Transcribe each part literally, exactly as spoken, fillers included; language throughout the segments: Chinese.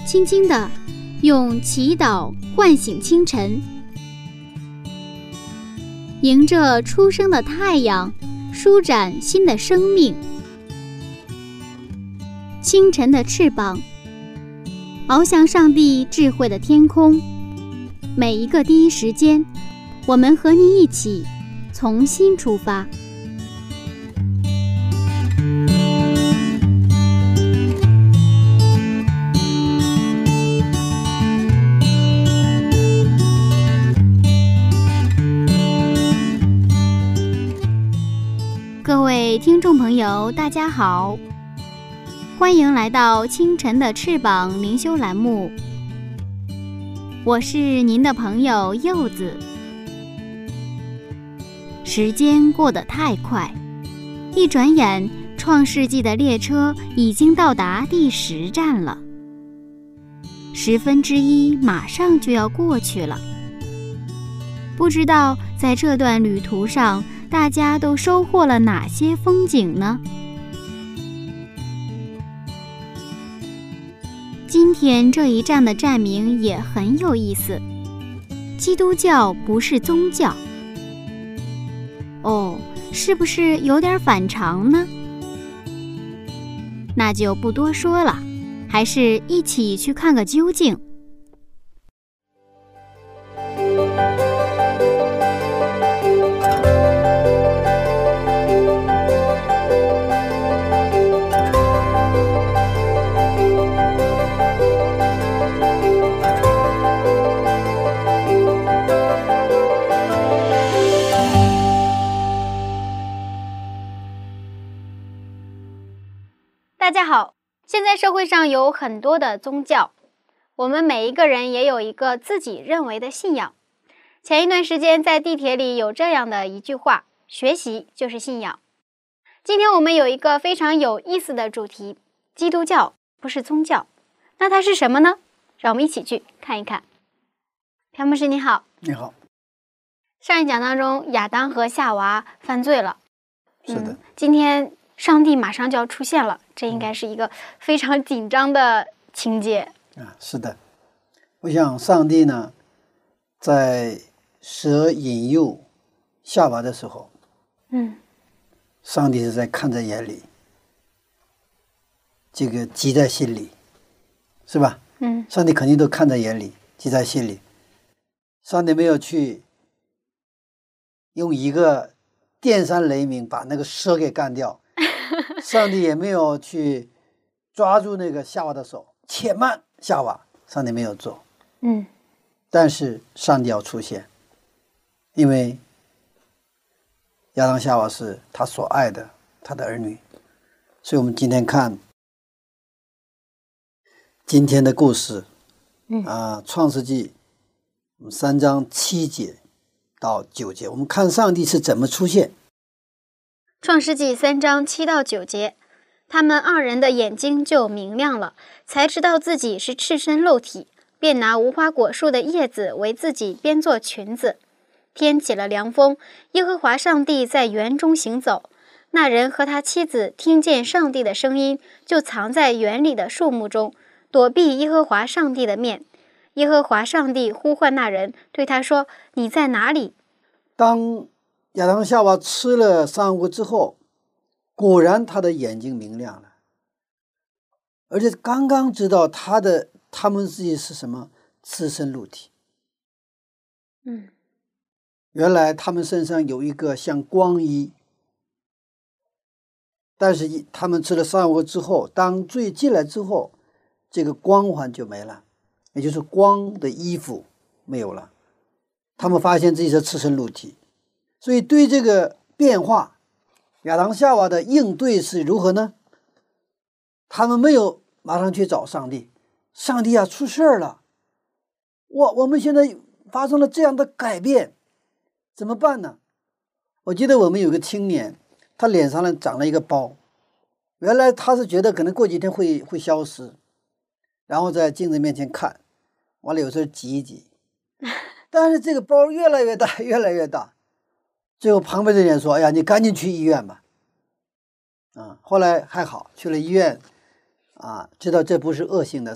轻轻地用祈祷唤醒清晨，迎着初升的太阳，舒展新的生命。清晨的翅膀，翱翔上帝智慧的天空。每一个第一时间，我们和你一起重新出发。各位听众朋友，大家好，欢迎来到清晨的翅膀灵修栏目，我是您的朋友柚子。时间过得太快，一转眼，创世纪的列车已经到达第十站了，十分之一马上就要过去了。不知道在这段旅途上，大家都收获了哪些风景呢？今天这一站的站名也很有意思，基督教不是宗教。哦，是不是有点反常呢？那就不多说了，还是一起去看个究竟。大家好，现在社会上有很多的宗教，我们每一个人也有一个自己认为的信仰。前一段时间在地铁里有这样的一句话，学习就是信仰。今天我们有一个非常有意思的主题，基督教不是宗教，那它是什么呢？让我们一起去看一看。朴牧师你好。 你好。 上一讲当中，亚当和夏娃犯罪了， 是的、嗯、 今天上帝马上就要出现了，这应该是一个非常紧张的情节、 嗯、啊，是的。我想上帝呢，在蛇引诱夏娃的时候， 嗯， 上帝是在看在眼里，这个记在心里，是吧？ 嗯， 上帝肯定都看在眼里，记在心里。上帝没有去用一个电闪雷鸣把那个蛇给干掉。上帝也没有去抓住那个夏娃的手，且慢，夏娃，上帝没有做。 嗯， 但是上帝要出现，因为亚当夏娃是他所爱的，他的儿女。所以我们今天看今天的故事， 嗯啊，创世纪三章七节到九节，我们看上帝是怎么出现。 创世纪三章七到九节，他们二人的眼睛就明亮了，才知道自己是赤身露体，便拿无花果树的叶子为自己编作裙子。天起了凉风，耶和华上帝在园中行走，那人和他妻子听见上帝的声音，就藏在园里的树木中，躲避耶和华上帝的面。耶和华上帝呼唤那人，对他说：你在哪里？ 当亚当夏娃吃了善恶之后，果然他的眼睛明亮了，而且刚刚知道他的他们自己是什么，赤身露体。 嗯， 原来他们身上有一个像光衣，但是他们吃了善恶之后，当罪进来之后，这个光环就没了，也就是光的衣服没有了。他们发现自己是赤身露体，所以对这个变化，亚当夏娃的应对是如何呢？他们没有马上去找上帝，上帝啊，出事了，我我们现在发生了这样的改变，怎么办呢？我记得我们有个青年，他脸上呢长了一个包，原来他是觉得可能过几天会会消失，然后在镜子面前看，完了有时候挤一挤，但是这个包越来越大越来越大，最后旁边的人说：哎呀，你赶紧去医院吧。啊，后来还好，去了医院啊，知道这不是恶性的，是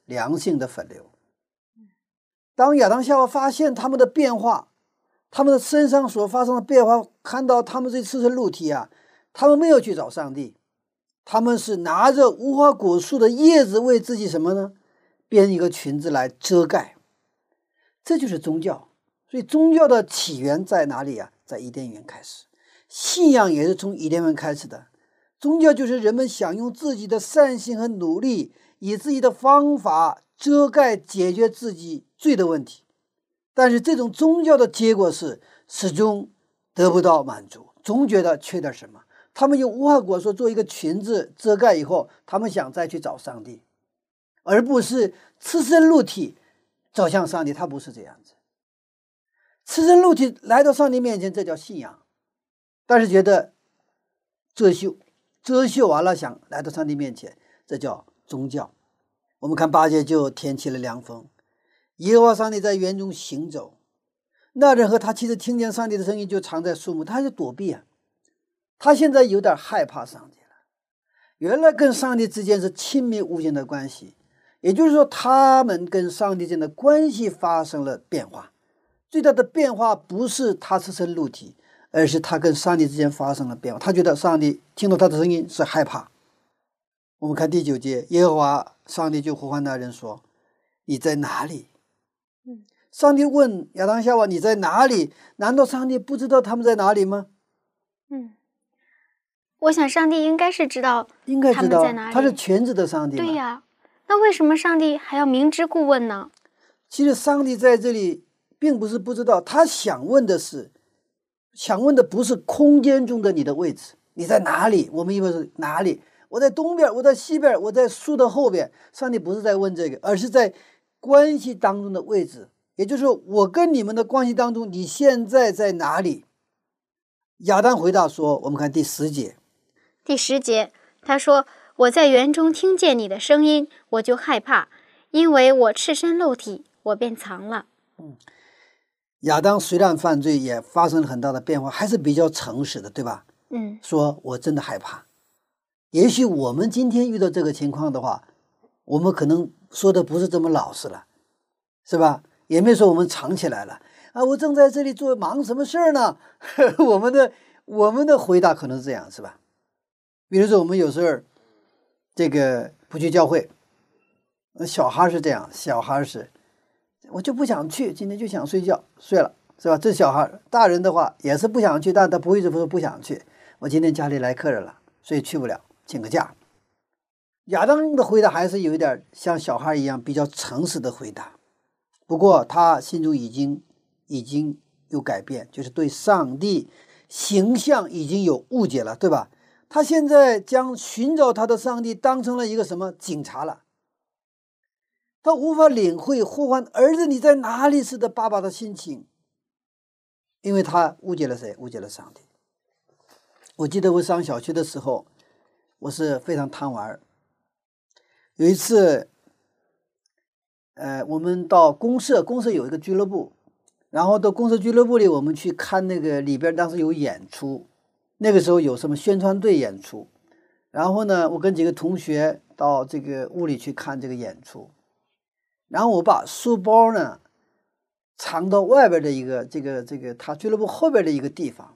良性的粉瘤。当亚当夏娃发现他们的变化，他们的身上所发生的变化，看到他们这赤身露体啊，他们没有去找上帝，他们是拿着无花果树的叶子为自己什么呢？编一个裙子来遮盖。这就是宗教。所以宗教的起源在哪里啊？在伊甸园开始，信仰也是从伊甸园开始的。宗教就是人们想用自己的善行和努力，以自己的方法遮盖解决自己罪的问题，但是这种宗教的结果是始终得不到满足，总觉得缺点什么。他们用无花果树做一个裙子遮盖以后，他们想再去找上帝，而不是赤身露体走向上帝。他不是这样子，赤身露体来到上帝面前，这叫信仰。但是觉得遮羞，遮羞完了想来到上帝面前，这叫宗教。我们看八节就天起了凉风，耶和华上帝在园中行走，那人和他妻子听见上帝的声音，就藏在树木，他就躲避啊。他现在有点害怕上帝了。原来跟上帝之间是亲密无间的关系，也就是说他们跟上帝之间的关系发生了变化。最大的变化不是他赤身露体，而是他跟上帝之间发生了变化。他觉得上帝听到他的声音是害怕。我们看第九节，耶和华上帝就呼唤那人说，你在哪里？ 嗯， 上帝问亚当夏娃，你在哪里？难道上帝不知道他们在哪里吗？ 嗯，我想上帝应该是知道应该知道， 他们在哪里。 他是全知的上帝嘛。 对呀，那为什么上帝还要明知故问呢？ 其实上帝在这里并不是不知道，他想问的是，想问的不是空间中的你的位置，你在哪里？我们一般是哪里？我在东边，我在西边，我在树的后边。上帝不是在问这个，而是在关系当中的位置，也就是说我跟你们的关系当中，你现在在哪里？亚当回答说，我们看第十节。 第十节他说，我在园中听见你的声音，我就害怕，因为我赤身露体，我便藏了。 嗯，亚当虽然犯罪，也发生了很大的变化，还是比较诚实的，对吧？ 嗯， 说我真的害怕。也许我们今天遇到这个情况的话，我们可能说的不是这么老实了，是吧？也没说我们藏起来了啊，我正在这里做忙什么事儿呢？我们的我们的回答可能是这样，是吧？比如说我们有时候这个不去教会，小孩是这样，小孩是我就不想去，今天就想睡觉，睡了，是吧？这小孩，大人的话也是不想去，但他不会说不想去，我今天家里来客人了，所以去不了，请个假。亚当的回答还是有一点像小孩一样比较诚实的回答，不过他心中已经已经有改变，就是对上帝形象已经有误解了，对吧？他现在将寻找他的上帝当成了一个什么警察了，他无法领会呼唤儿子你在哪里时的爸爸的心情，因为他误解了谁？误解了上帝。我记得我上小学的时候，我是非常贪玩。有一次呃，我们到公社，公社有一个俱乐部，然后到公社俱乐部里，我们去看那个里边当时有演出，那个时候有什么宣传队演出，然后呢，我跟几个同学到这个屋里去看这个演出，然后我把书包呢藏到外边的一个这个这个他俱乐部后边的一个地方，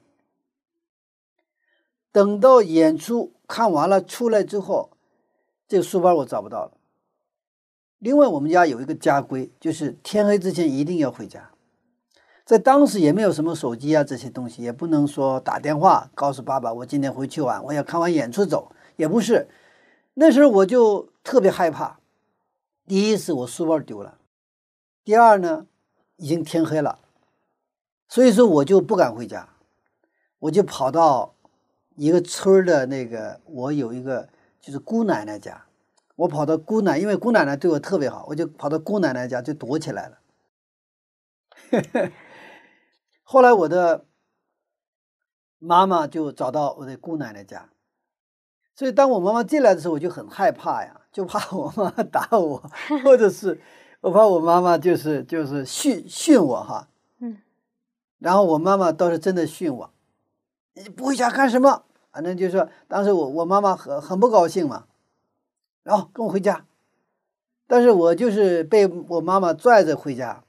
等到演出看完了出来之后，这个书包我找不到了。另外我们家有一个家规，就是天黑之前一定要回家。在当时也没有什么手机啊这些东西，也不能说打电话告诉爸爸我今天回去晚，我要看完演出走，也不是。那时候我就特别害怕，第一是我书包丢了，第二呢已经天黑了，所以说我就不敢回家，我就跑到一个村的那个，我有一个就是姑奶奶家，我跑到姑奶，因为姑奶奶对我特别好，我就跑到姑奶奶家就躲起来了。后来我的妈妈就找到我的姑奶奶家，所以当我妈妈进来的时候，我就很害怕呀，就怕我妈妈打我，或者是我怕我妈妈就是就是训训我哈。 嗯， 然后我妈妈倒是真的训我，你不回家干什么？反正就是说，当时我我妈妈很很不高兴嘛，然后跟我回家。 但是我就是被我妈妈拽着回家。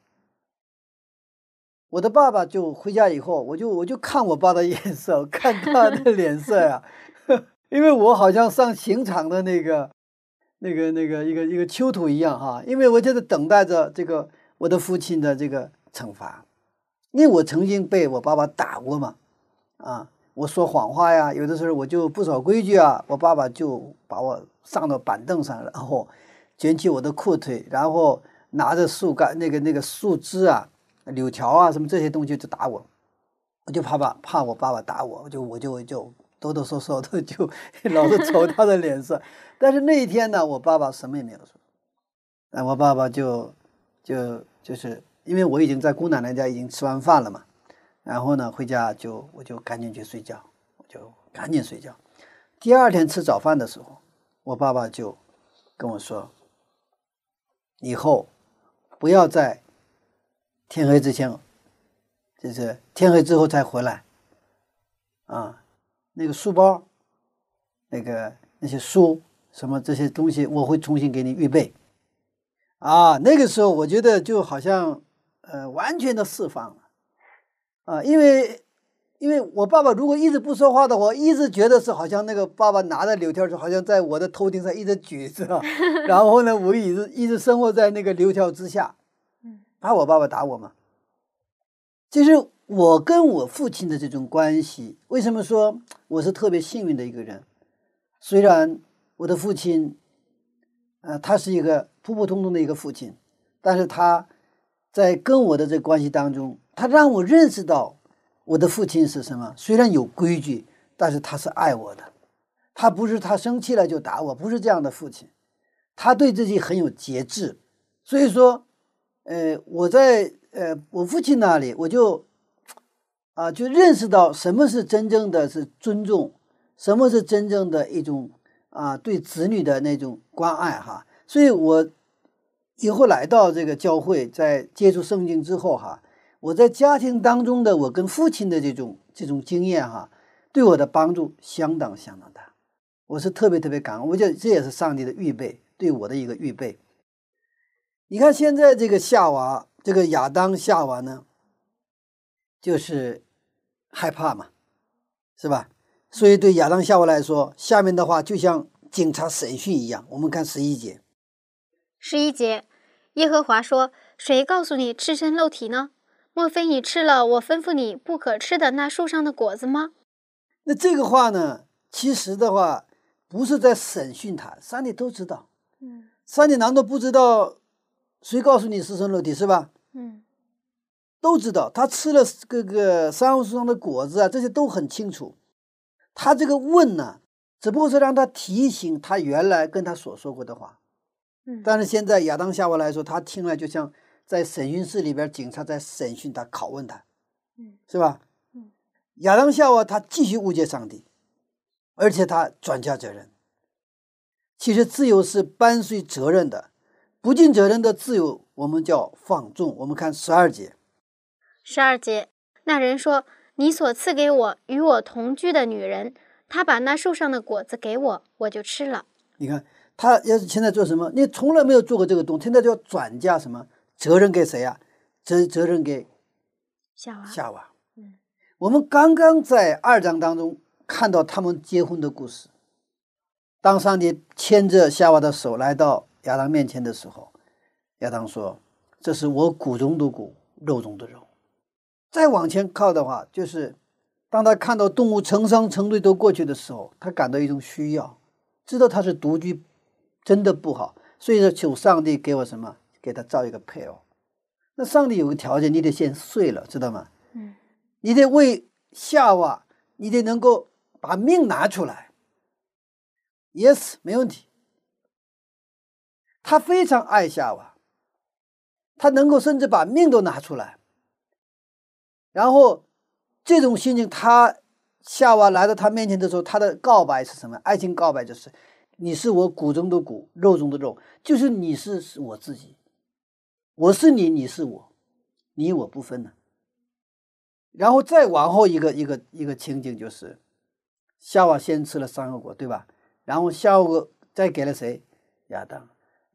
我的爸爸就回家以后，我就我就看我爸的眼色，看他的脸色呀、啊，因为我好像上刑场的那个那个那个一个一个囚徒一样哈，因为我就在等待着这个我的父亲的这个惩罚，因为我曾经被我爸爸打过嘛，啊，我说谎话呀，有的时候我就不守规矩啊，我爸爸就把我上到板凳上，然后卷起我的裤腿，然后拿着树干那个那个树枝啊。柳条啊，什么这些东西就打我，我就怕爸怕我爸爸打我，我就我就就哆哆嗦嗦的就老是瞅他的脸色。但是那一天呢，我爸爸什么也没有说，那我爸爸就就就是因为我已经在姑奶奶家已经吃完饭了嘛，然后呢回家就我就赶紧去睡觉，我就赶紧睡觉。第二天吃早饭的时候，我爸爸就跟我说，以后不要在天黑之前，就是天黑之后才回来啊。那个书包，那个那些书什么这些东西，我会重新给你预备啊。那个时候我觉得就好像呃完全的释放了啊，因为因为我爸爸如果一直不说话的话，一直觉得是好像那个爸爸拿着柳条，好像在我的头顶上一直举着，然后呢，我一直一直生活在那个柳条之下。怕我爸爸打我吗？其实我跟我父亲的这种关系，为什么说我是特别幸运的一个人？虽然我的父亲，呃，他是一个普普通通的一个父亲，但是他在跟我的这个关系当中，他让我认识到我的父亲是什么。虽然有规矩，但是他是爱我的，他不是他生气了就打我，不是这样的父亲，他对自己很有节制，所以说。呃，我在呃我父亲那里，我就啊就认识到什么是真正的是尊重，什么是真正的一种啊对子女的那种关爱哈。所以我以后来到这个教会，在接触圣经之后哈，我在家庭当中的我跟父亲的这种这种经验哈，对我的帮助相当相当大，我是特别特别感恩。我觉得这也是上帝的预备，对我的一个预备。你看现在这个夏娃，这个亚当夏娃呢，就是害怕嘛，是吧？所以对亚当夏娃来说，下面的话就像警察审讯一样。我们看十一节。 十一节，耶和华说：“谁告诉你赤身露体呢？莫非你吃了我吩咐你不可吃的那树上的果子吗？” 那这个话呢，其实的话不是在审讯他，上帝都知道。 嗯， 上帝难道不知道？谁告诉你赤身露体是吧？ 嗯， 都知道。他吃了这个珊瑚树上的果子啊，这些都很清楚。他这个问呢，只不过是让他提醒他原来跟他所说过的话。 嗯， 但是现在亚当夏娃来说，他听了就像在审讯室里边，警察在审讯他、拷问他， 嗯， 是吧？ 嗯， 亚当夏娃他继续误解上帝，而且他转嫁责任。其实自由是伴随责任的。不尽责任的自由，我们叫放纵。我们看十二节。 十二节，那人说：“你所赐给我与我同居的女人，她把那树上的果子给我，我就吃了。” 你看，他要是现在做什么？你从来没有做过这个东西，现在就要转嫁什么责任给谁啊？责责任给夏娃。 夏娃。 嗯， 我们刚刚在二章当中看到他们结婚的故事。当上帝牵着夏娃的手来到亚当面前的时候，亚当说：“这是我骨中的骨，肉中的肉。”再往前靠的话，就是当他看到动物成双成对都过去的时候，他感到一种需要，知道他是独居，真的不好，所以说求上帝给我什么？给他造一个配偶。那上帝有个条件，你得先睡了，知道吗？ 嗯， 你得为夏娃，你得能够把命拿出来。Yes， 没问题。他非常爱夏娃，他能够甚至把命都拿出来。然后这种心情，他夏娃来到他面前的时候，他的告白是什么？爱情告白就是你是我骨中的骨，肉中的肉，就是你是我自己，我是你，你是我，你我不分的。然后再往后一个一个一个情景，就是夏娃先吃了三个果，对吧？然后夏娃再给了谁？亚当。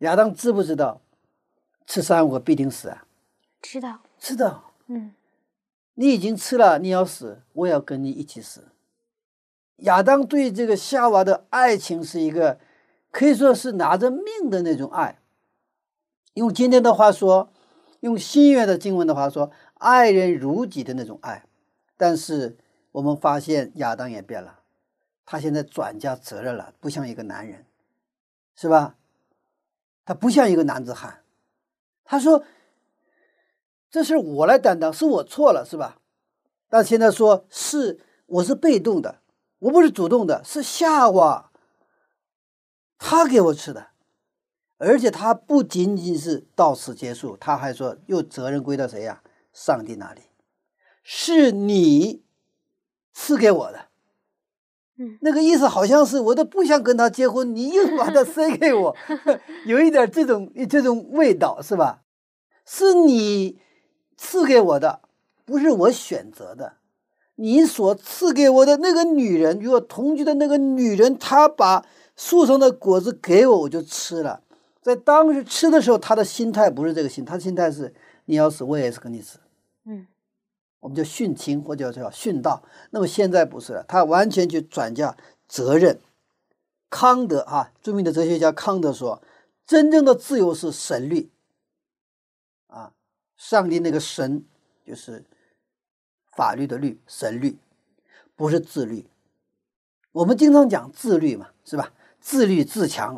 亚当知不知道吃善恶果必定死啊？ 知道。 知道。 嗯， 你已经吃了，你要死，我也要跟你一起死。亚当对这个夏娃的爱情是一个可以说是拿着命的那种爱。用今天的话说，用新约的经文的话说，爱人如己的那种爱。但是我们发现亚当也变了，他现在转嫁责任了，不像一个男人，是吧？他不像一个男子汉。他说这事我来担当，是我错了，是吧？但现在说是我是被动的，我不是主动的，是夏娃他给我吃的。而且他不仅仅是到此结束，他还说又责任归到谁呀？上帝那里，是你赐给我的。 嗯， 那个意思好像是我都不想跟他结婚，你又把他塞给我，有一点这种这种味道，是吧？是你赐给我的，不是我选择的。你所赐给我的那个女人，与我同居的那个女人，她把树上的果子给我，我就吃了。在当时吃的时候，他的心态不是这个心，他的心态是你要死我也是跟你死。 嗯， 我们叫殉情或者叫殉道。那么现在不是了，他完全去转嫁责任。康德啊，著名的哲学家康德说，真正的自由是神律啊，上帝那个神就是法律的律，神律，不是自律。我们经常讲自律嘛，是吧？自律自强。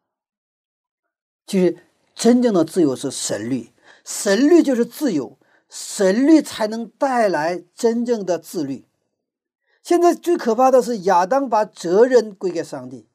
其实真正的自由是神律，神律就是自由，神律才能带来真正的自律。现在最可怕的是亚当把责任归给上帝，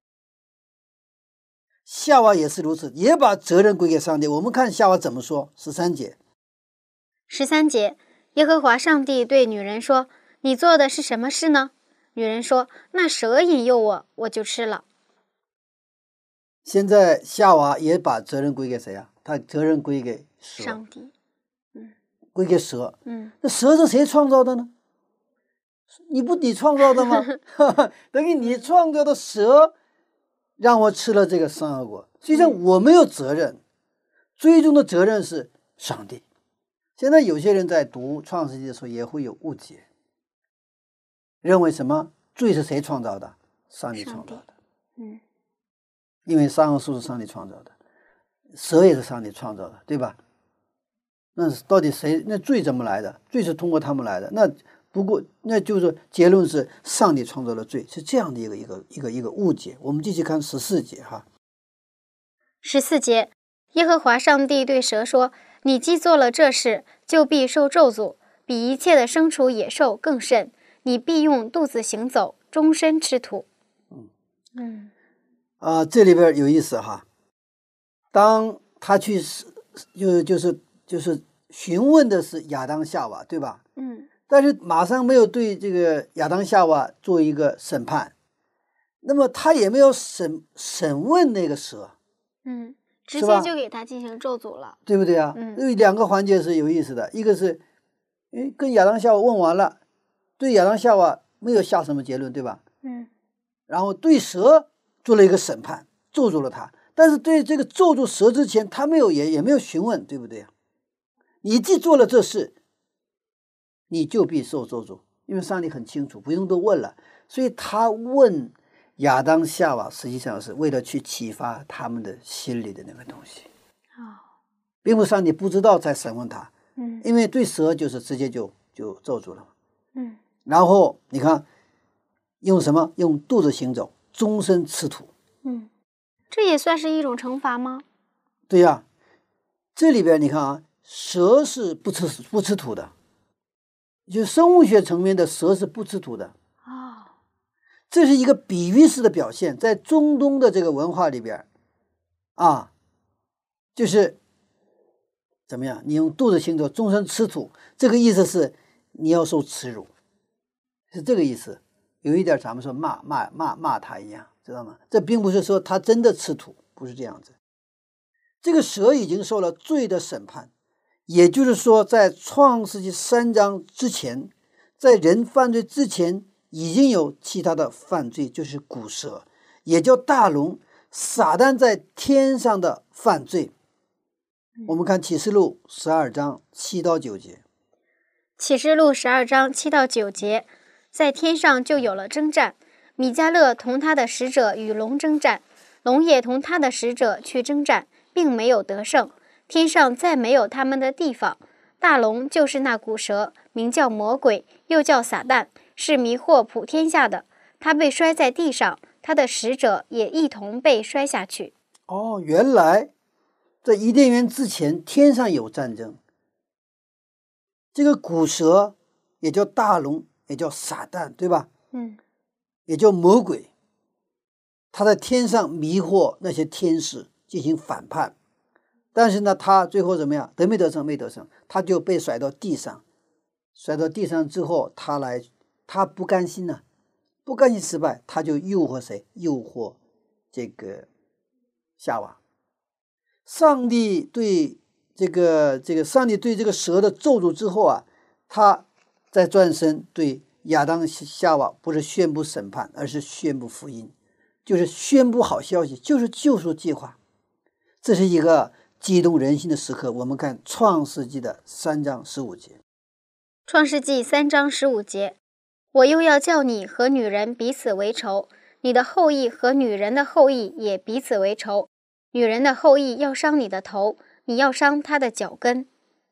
夏娃也是如此，也把责任归给上帝。我们看夏娃怎么说，十三节。 十三节，耶和华上帝对女人说：“你做的是什么事呢？”女人说：“那蛇引诱我，我就吃了。” 现在夏娃也把责任归给谁啊？他责任归给蛇， 上帝。嗯， 归给蛇。 嗯， 那蛇是谁创造的呢？你不你创造的吗？等于你创造的蛇让我吃了这个善恶果。实际上我没有责任，最终的责任是上帝。现在有些人在读创世纪的时候也会有误解，认为什么罪是谁创造的？上帝创造的。 嗯， 因为善恶树是上帝创造的，蛇也是上帝创造的，对吧？那到底谁？那罪怎么来的？罪是通过他们来的。那不过，那就是结论是上帝创造了罪，是这样的一个一个一个一个误解。我们继续看十四节哈。 十四节，耶和华上帝对蛇说：“你既做了这事，就必受咒诅，比一切的牲畜野兽更甚。你必用肚子行走，终身吃土。” 嗯嗯啊、呃，这里边有意思哈。当他去就就是就是询问的是亚当夏娃，对吧？ 嗯， 但是马上没有对这个亚当夏娃做一个审判，那么他也没有审审问那个蛇， 嗯，直接就给他进行咒诅了， 对不对啊？ 嗯， 有两个环节是有意思的，一个是，诶，跟亚当夏娃问完了，对亚当夏娃没有下什么结论，对吧？ 嗯， 然后对蛇做了一个审判，咒住了他，但是对这个咒住蛇之前，他没有也也没有询问，对不对啊？你既做了这事，你就必受咒诅，因为上帝很清楚，不用多问了，所以他问亚当夏娃，实际上是为了去启发他们的心里的那个东西。 哦， 并不是上帝不知道才审问他， 嗯， 因为对蛇就是直接就就咒住了， 嗯， 然后你看用什么？用肚子行走，终身吃土。 嗯，这也算是一种惩罚吗？ 对呀、啊，这里边你看啊，蛇是不吃不吃土的，就生物学层面的蛇是不吃土的。 哦， 这是一个比喻式的表现，在中东的这个文化里边，啊，就是怎么样？你用肚子行走，终身吃土，这个意思是你要受耻辱，是这个意思。有一点咱们说骂骂骂骂他一样，知道吗？这并不是说他真的吃土，不是这样子。这个蛇已经受了罪的审判，也就是说，在创世纪三章之前，在人犯罪之前，已经有其他的犯罪，就是古蛇，也叫大龙， 撒旦在天上的犯罪。我们看启示录十二章七到九节。 启示录十二章七到九节，在天上就有了征战，米迦勒同他的使者与龙征战，龙也同他的使者去征战，并没有得胜。天上再没有他们的地方。大龙就是那古蛇，名叫魔鬼，又叫撒旦，是迷惑普天下的。他被摔在地上，他的使者也一同被摔下去。 哦，原来在伊甸园之前，天上有战争。这个古蛇也叫大龙，也叫撒旦，对吧？ 嗯， 也叫魔鬼。他在天上迷惑那些天使，进行反叛。但是呢，他最后怎么样？得没得胜？没得胜，他就被甩到地上。甩到地上之后，他来，他不甘心呢、啊，不甘心失败，他就诱惑谁？诱惑这个夏娃。上帝对这个这个上帝对这个蛇的咒诅之后啊，他在转身对亚当夏娃不是宣布审判，而是宣布福音，就是宣布好消息，就是救赎计划。这是一个激动人心的时刻。我们看创世纪的三章十五节。 创世纪三章十五节，我又要叫你和女人彼此为仇，你的后裔和女人的后裔也彼此为仇。女人的后裔要伤你的头，你要伤她的脚跟。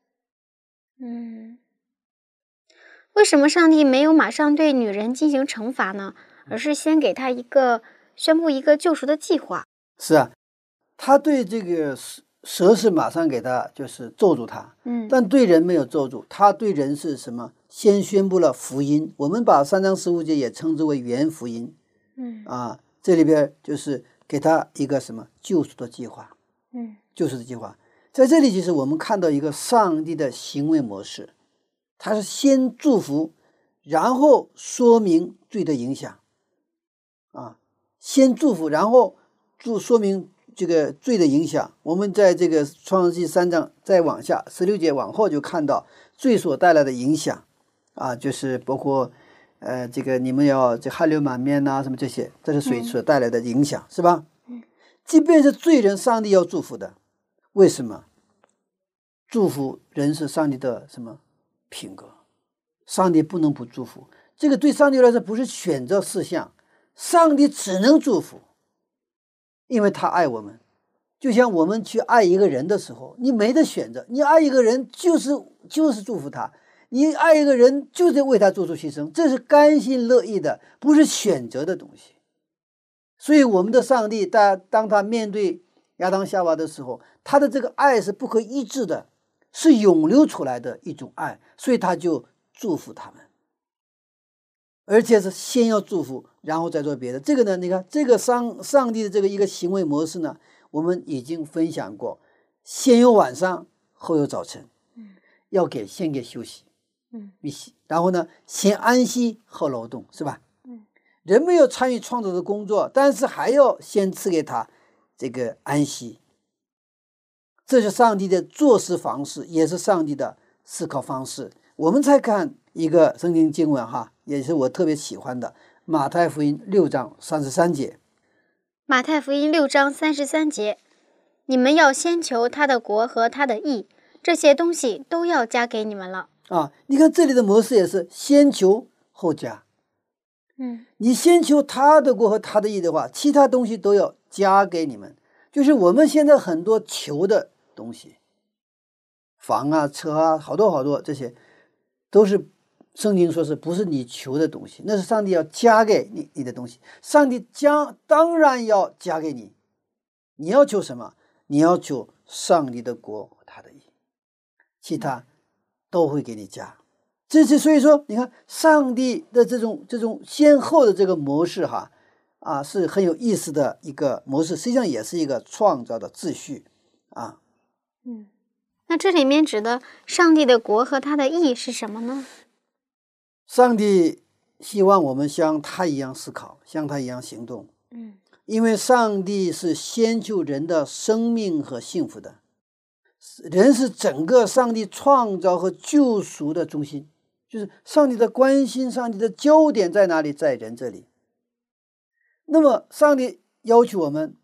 嗯，为什么上帝没有马上对女人进行惩罚呢？而是先给她一个宣布一个救赎的计划？ 是啊，他对这个蛇是马上给他就是咒诅他， 嗯， 但对人没有咒诅，他对人是什么？先宣布了福音。我们把三章十五节也称之为原福音。 嗯啊，这里边就是给他一个什么救赎的计划。 嗯， 救赎的计划在这里，其实我们看到一个上帝的行为模式，他是先祝福，然后说明罪的影响。啊，先祝福，然后祝说明这个罪的影响。我们在这个创世纪三章再往下十六节往后就看到罪所带来的影响啊，就是包括呃这个你们要这汗流满面呐、啊，什么这些，这是水所带来的影响，嗯、是吧？ 嗯， 即便是罪人，上帝要祝福的。为什么？祝福人是上帝的什么品格？上帝不能不祝福。这个对上帝来说不是选择事项，上帝只能祝福。因为他爱我们，就像我们去爱一个人的时候，你没得选择，你爱一个人就是就是祝福他，你爱一个人就是为他做出牺牲，这是甘心乐意的，不是选择的东西。所以我们的上帝当当他面对亚当夏娃的时候，他的这个爱是不可抑制的，是涌流出来的一种爱，所以他就祝福他们，而且是先要祝福，然后再做别的。这个呢，你看这个上上帝的这个一个行为模式呢，我们已经分享过，先有晚上，后有早晨， 嗯， 要给先给休息， 嗯， 然后呢，先安息后劳动，是吧？ 嗯， 人没有参与创造的工作，但是还要先赐给他这个安息。这是上帝的做事方式，也是上帝的思考方式。我们再看一个圣经经文哈，也是我特别喜欢的，马太福音六章三十三节。 马太福音六章三十三节，你们要先求他的国和他的义，这些东西都要加给你们了。 啊，你看这里的模式也是先求后加。 嗯， 你先求他的国和他的义的话，其他东西都要加给你们。就是我们现在很多求的东西，房啊、车啊，好多好多，这些都是圣经说是不是你求的东西，那是上帝要加给你你的东西。上帝将当然要加给你，你要求什么？你要求上帝的国和他的义，其他都会给你加。这是所以说，你看上帝的这种这种先后的这个模式哈，啊，是很有意思的一个模式，实际上也是一个创造的秩序啊。 嗯，那这里面指的上帝的国和他的义是什么呢？ 上帝希望我们像他一样思考，像他一样行动。 嗯， 因为上帝是先求人的生命和幸福的，人是整个上帝创造和救赎的中心，就是上帝的关心，上帝的焦点在哪里？在人这里。那么上帝要求我们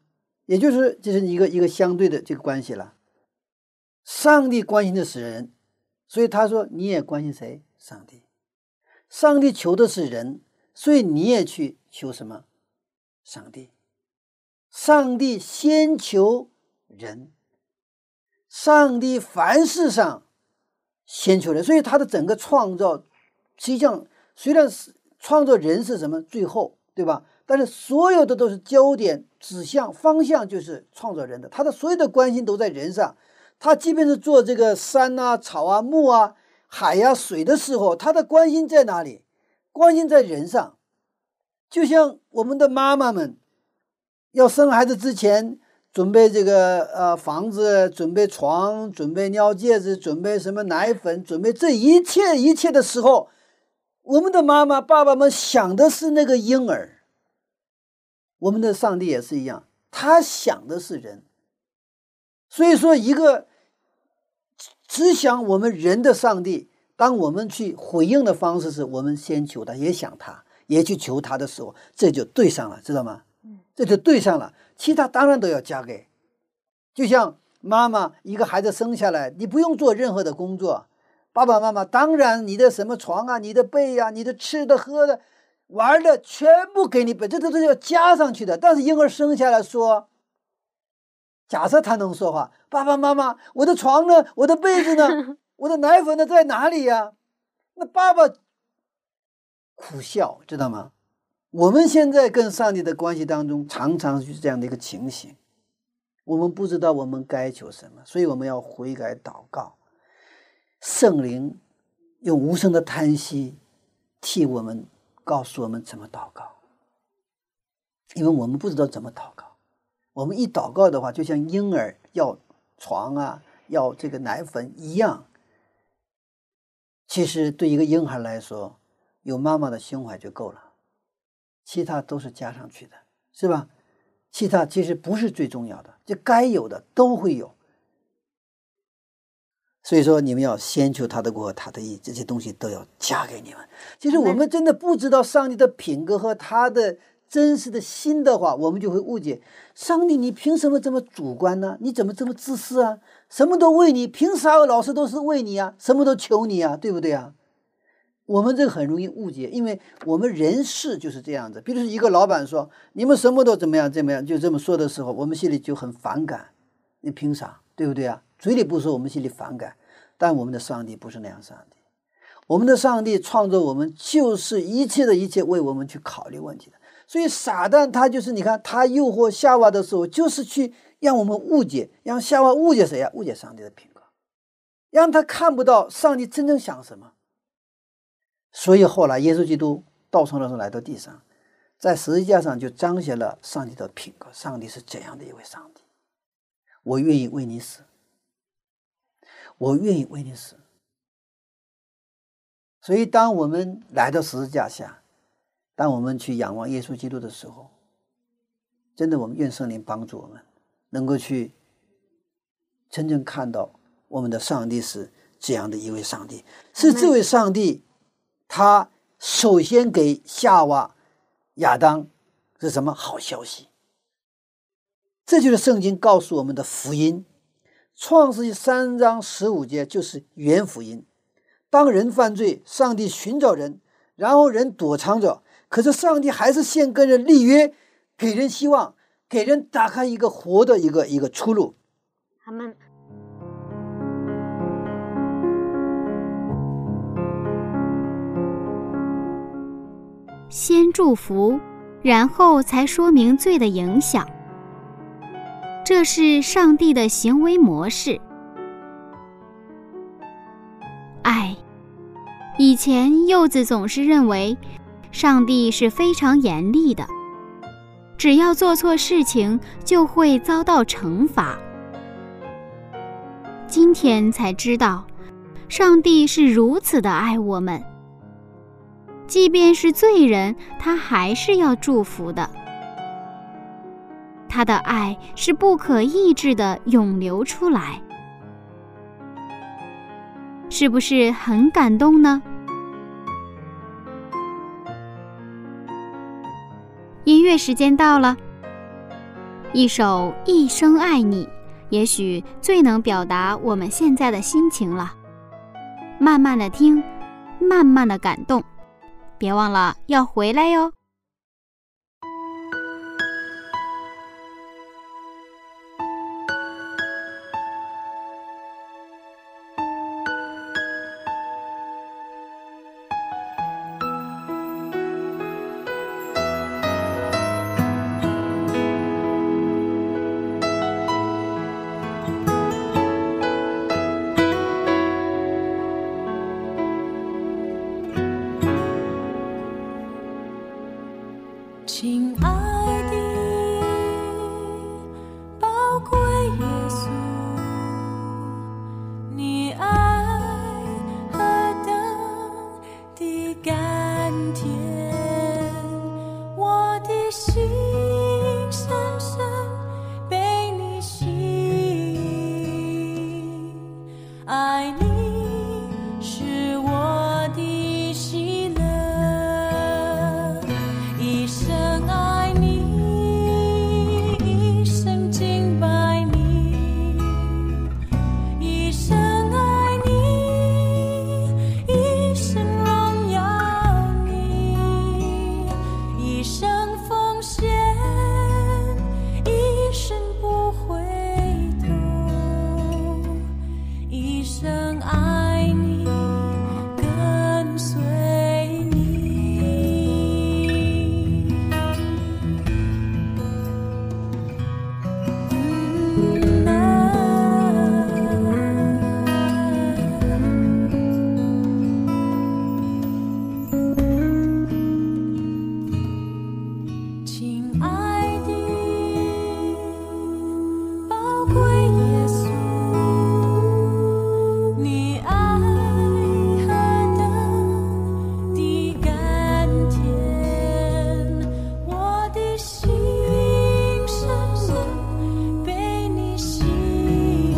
也就是这是一个一个相对的这个关系了。上帝关心的是人，所以他说你也关心谁？上帝。上帝求的是人，所以你也去求什么？上帝。上帝先求人，上帝凡事上先求人，所以他的整个创造实际上虽然是创造人是什么最后，对吧？但是所有的都是焦点指向方向，就是创造人的，他的所有的关心都在人上。他即便是做这个山啊、草啊、木啊、海啊、水的时候，他的关心在哪里？关心在人上。就像我们的妈妈们要生孩子之前准备这个呃房子，准备床，准备尿介子，准备什么奶粉，准备这一切一切的时候，我们的妈妈爸爸们想的是那个婴儿。我们的上帝也是一样，他想的是人。所以说一个只想我们人的上帝，当我们去回应的方式是我们先求他，也想他，也去求他的时候，这就对上了，知道吗？这就对上了，其他当然都要加给。就像妈妈一个孩子生下来，你不用做任何的工作，爸爸妈妈当然你的什么床啊，你的被啊，你的吃的喝的玩的全部给你，这都是要加上去的。但是婴儿生下来说，假设他能说话，爸爸妈妈，我的床呢？我的被子呢？我的奶粉呢？在哪里呀？那爸爸苦笑，知道吗？我们现在跟上帝的关系当中，常常是这样的一个情形，我们不知道我们该求什么，所以我们要悔改祷告，圣灵用无声的叹息替我们告诉我们怎么祷告，因为我们不知道怎么祷告。我们一祷告的话，就像婴儿要床啊，要这个奶粉一样。其实对一个婴孩来说，有妈妈的胸怀就够了，其他都是加上去的，是吧？其他其实不是最重要的，就该有的都会有。所以说你们要先求他的国和他的义，这些东西都要加给你们。其实我们真的不知道上帝的品格和他的真实的心的话，我们就会误解上帝，你凭什么这么主观呢？你怎么这么自私啊？什么都为你，凭啥老师都是为你啊？什么都求你啊，对不对啊？我们这个很容易误解，因为我们人事就是这样子。比如说一个老板说你们什么都怎么样怎么样，就这么说的时候，我们心里就很反感，你凭啥，对不对啊？嘴里不说，我们心里反感，但我们的上帝不是那样上帝。我们的上帝创造我们，就是一切的一切为我们去考虑问题的。所以撒旦他就是，你看他诱惑夏娃的时候，就是去让我们误解，让夏娃误解谁呀？误解上帝的品格，让他看不到上帝真正想什么。所以后来耶稣基督道成肉身来到地上，在十字架上就彰显了上帝的品格，上帝是怎样的一位上帝。我愿意为你死，我愿意为你死。所以当我们来到十字架下，当我们去仰望耶稣基督的时候，真的我们愿圣灵帮助我们能够去真正看到我们的上帝是这样的一位上帝，是这位上帝他首先给夏娃亚当是什么好消息。这就是圣经告诉我们的福音。创世纪三章十五节就是原福音。当人犯罪，上帝寻找人，然后人躲藏着，可是上帝还是先跟人立约，给人希望，给人打开一个活的一个一个出路。 阿们。 先祝福，然后才说明罪的影响，这是上帝的行为模式。爱，以前柚子总是认为上帝是非常严厉的，只要做错事情就会遭到惩罚。今天才知道，上帝是如此的爱我们，即便是罪人，他还是要祝福的。他的爱是不可抑制的涌流出来，是不是很感动呢？音乐时间到了， 一首《一生爱你》也许最能表达我们现在的心情了。慢慢的听，慢慢的感动，别忘了要回来哟。 亲爱的宝贵耶稣，你爱何等的甘甜，我的心深深被你吸引，爱你是我的喜乐，一生爱你，一生敬拜你，一生爱你，一生荣耀你，一生奉献，一生不回头，一生爱你，跟随你。嗯啊亲爱的宝贵耶稣，你爱何等的甘甜，我的心深深被你吸引，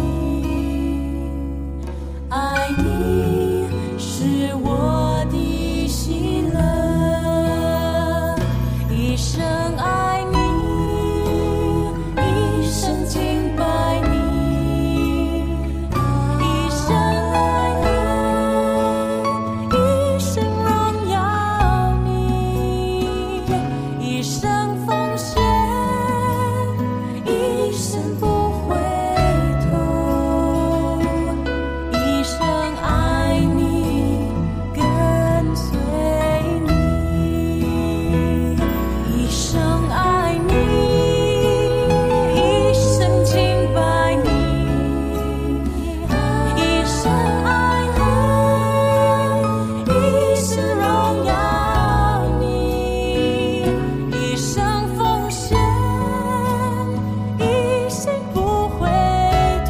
爱你是我的喜乐，一生爱你，一生敬拜你，一生爱你，一生荣耀你，一生奉献，一生不回头，一生爱你，跟随你，一生爱你，一生敬拜你，一生爱你，一生荣耀你，一生奉献，一生不回头，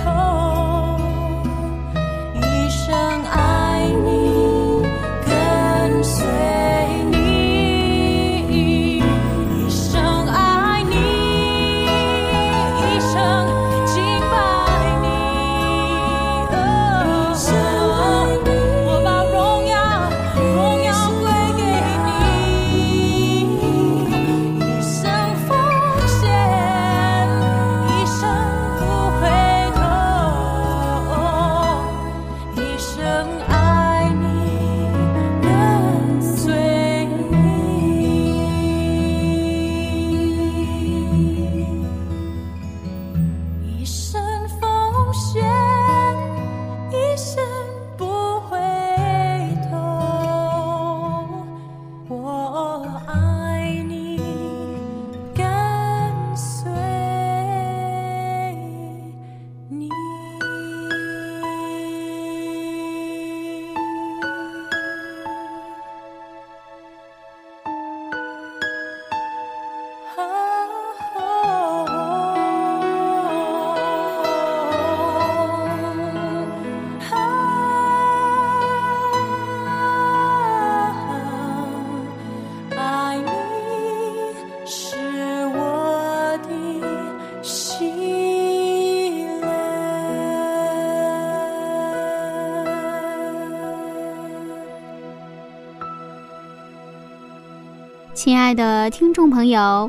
一生爱你，跟随你，一生爱你，一生敬拜你，一生爱你，我把荣耀荣耀归给你，一生奉献，一生不回头，一生爱你，跟随你，一生奉献，一生不回头，我爱你，跟随你。爱你是我的喜乐。 亲爱的听众朋友，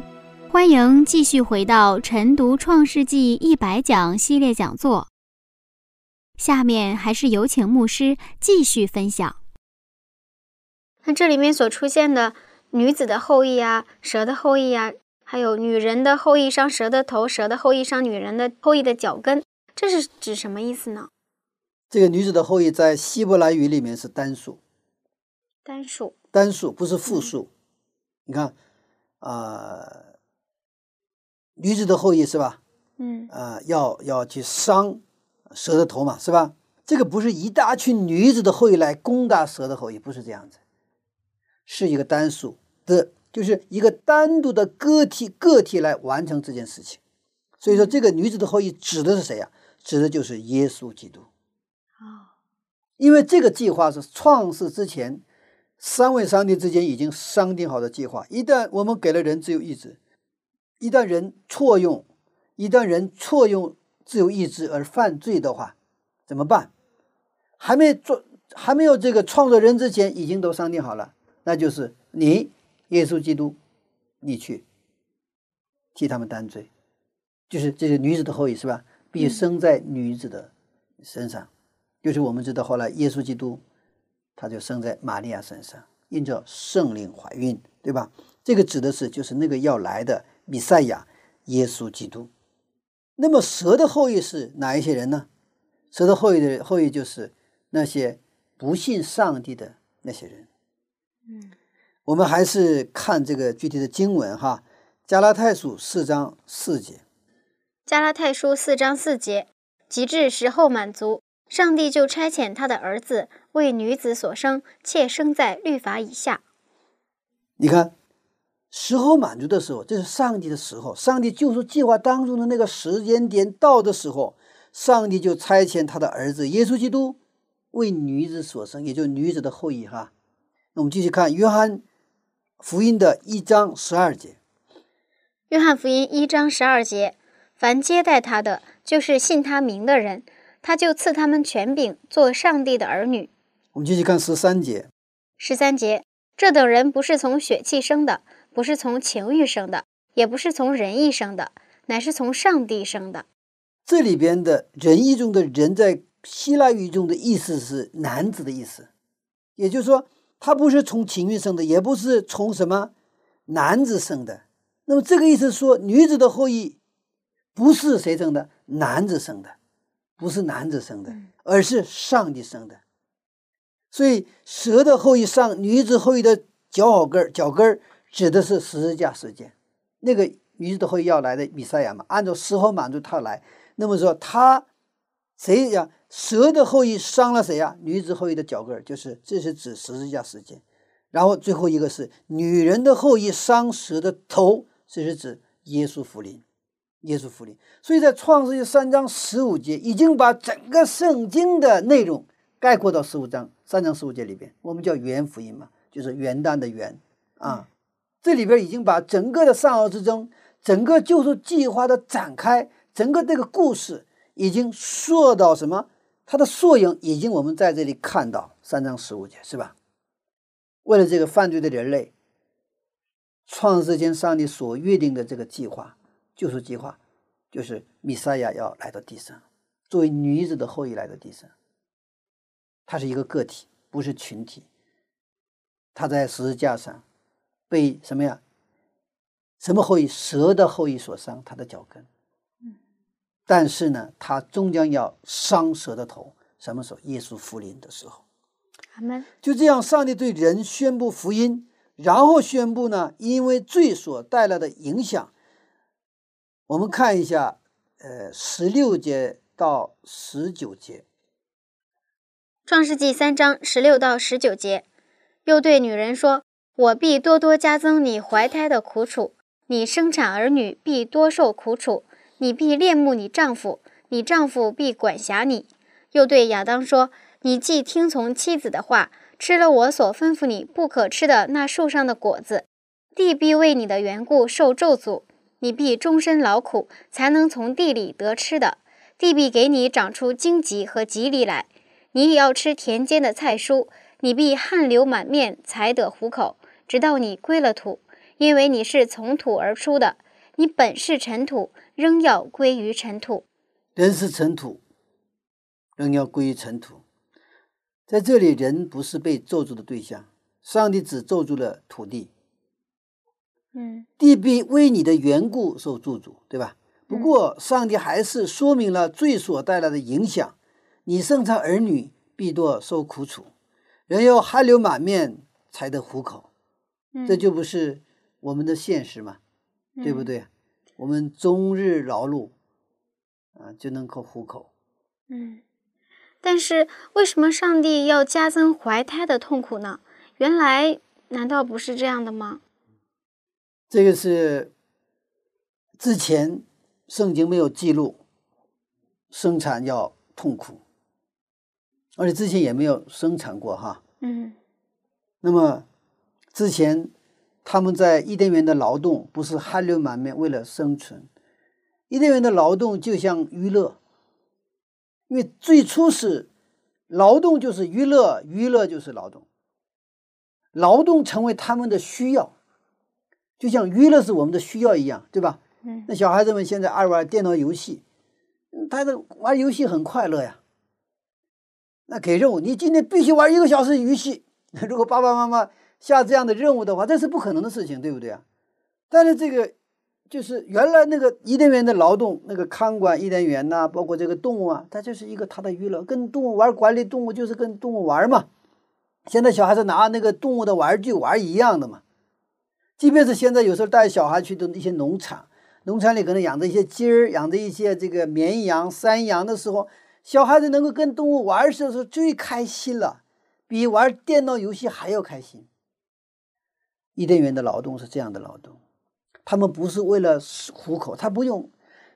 欢迎继续回到晨读创世纪一百讲系列讲座。下面还是有请牧师继续分享。 那这里面所出现的女子的后裔啊，蛇的后裔啊，还有女人的后裔伤蛇的头，蛇的后裔伤女人的后裔的脚跟，这是指什么意思呢？ 这个女子的后裔在希伯来语里面是单数， 单数， 单数不是复数。嗯、你看，啊、呃，女子的后裔是吧？ 嗯， 啊、呃，要要去伤蛇的头嘛，是吧？这个不是一大群女子的后裔来攻打蛇的后裔，不是这样子，是一个单数的，就是一个单独的个体个体来完成这件事情。所以说，这个女子的后裔指的是谁呀、啊？指的就是耶稣基督。 哦， 因为这个计划是创世之前三位上帝之间已经商定好的计划。一旦我们给了人自由意志，一旦人错用，一旦人错用自由意志而犯罪的话，怎么办？还没做，还没有这个创造人之前，已经都商定好了，那就是你，耶稣基督，你去替他们担罪，就是这个女子的后裔是吧？必须生在女子的身上。嗯，就是我们知道后来耶稣基督他就生在玛利亚身上，因着圣灵怀孕，对吧？这个指的是就是那个要来的弥赛亚耶稣基督。那么蛇的后裔是哪一些人呢？蛇的后裔的后裔就是那些不信上帝的那些人。 嗯， 我们还是看这个具体的经文哈，加拉太书四章四节。 加拉太书四章四节，及至时候满足，上帝就差遣他的儿子为女子所生，且生在律法以下。 你看，时候满足的时候，这是上帝的时候，上帝救赎计划当中的那个时间点到的时候，上帝就差遣他的儿子耶稣基督为女子所生，也就是女子的后裔哈。那我们继续看约翰福音的一章十二节。 约翰福音一章十二节，凡接待他的，就是信他名的人，他就赐他们权柄，做上帝的儿女。 我们继续看十三节。 十三节，这等人不是从血气生的，不是从情欲生的，也不是从人意生的，乃是从上帝生的。 这里边的人意中的人，在希腊语中的意思是男子的意思，也就是说，他不是从情欲生的，也不是从什么男子生的。那么这个意思说，女子的后裔不是谁生的？男子生的，不是男子生的，而是上帝生的。所以蛇的后裔上女子后裔的脚后跟脚跟指的是十字架事件，那个女子的后裔要来的弥赛亚嘛，按照时候满足他来。那么说他谁呀？蛇的后裔伤了谁呀？女子后裔的脚跟，就是这是指十字架事件。然后最后一个是女人的后裔伤蛇的头，这是指耶稣福临。耶稣福临。所以在创世纪三章十五节已经把整个圣经的内容概括到十五章三章十五节里边，我们叫元福音嘛，就是元旦的元啊。这里边已经把整个的善恶之争，整个救赎计划的展开，整个这个故事已经说到什么？它的缩影已经我们在这里看到三章十五节，是吧？为了这个犯罪的人类，创世间上帝所约定的这个计划，救赎计划，就是弥赛亚要来到地上，作为女子的后裔来到地上。他是一个个体，不是群体。他在十字架上被什么呀？什么后裔？蛇的后裔所伤，他的脚跟。但是呢，他终将要伤蛇的头。什么时候？耶稣复临的时候。 阿们。 就这样，上帝对人宣布福音，然后宣布呢，因为罪所带来的影响。我们看一下，呃，十六节到十九节。 创世纪三章十六到十九节，又对女人说：“我必多多加增你怀胎的苦楚，你生产儿女必多受苦楚，你必恋慕你丈夫，你丈夫必管辖你。”又对亚当说：“你既听从妻子的话，吃了我所吩咐你不可吃的那树上的果子，地必为你的缘故受咒诅，你必终身劳苦，才能从地里得吃的。地必给你长出荆棘和棘藜来。你也要吃田间的菜蔬，你必汗流满面才得糊口，直到你归了土，因为你是从土而出的， 你本是尘土，仍要归于尘土。 人是尘土，仍要归于尘土。在这里，人不是被咒诅的对象，上帝只咒诅了土地。 嗯， 地必为你的缘故受咒诅，对吧？不过上帝还是说明了罪所带来的影响，你生产儿女必多受苦楚，人要汗流满面才得糊口。 嗯， 这就不是我们的现实嘛， 嗯、 对不对？我们终日劳碌啊，就能够糊口。 嗯，但是为什么上帝要加增怀胎的痛苦呢？原来难道不是这样的吗？ 这个是之前圣经没有记录生产要痛苦，而且之前也没有生产过哈。 嗯， 那么之前他们在伊甸园的劳动不是汗流满面为了生存，伊甸园的劳动就像娱乐，因为最初是劳动就是娱乐，娱乐就是劳动，劳动成为他们的需要，就像娱乐是我们的需要一样，对吧？ 嗯， 那小孩子们现在爱玩电脑游戏，他的玩游戏很快乐呀。那给任务，你今天必须玩一个小时游戏，如果爸爸妈妈下这样的任务的话，这是不可能的事情，对不对啊？但是这个就是原来那个伊甸园的劳动，那个看管伊甸园呐、啊，包括这个动物啊，它就是一个它的娱乐，跟动物玩，管理动物就是跟动物玩嘛。现在小孩子拿那个动物的玩具玩一样的嘛。即便是现在有时候带小孩去的一些农场，农场里可能养着一些鸡儿，养着一些这个绵羊、山羊的时候，小孩子能够跟动物玩的时候最开心了，比玩电脑游戏还要开心。伊甸园的劳动是这样的劳动，他们不是为了糊口，他不用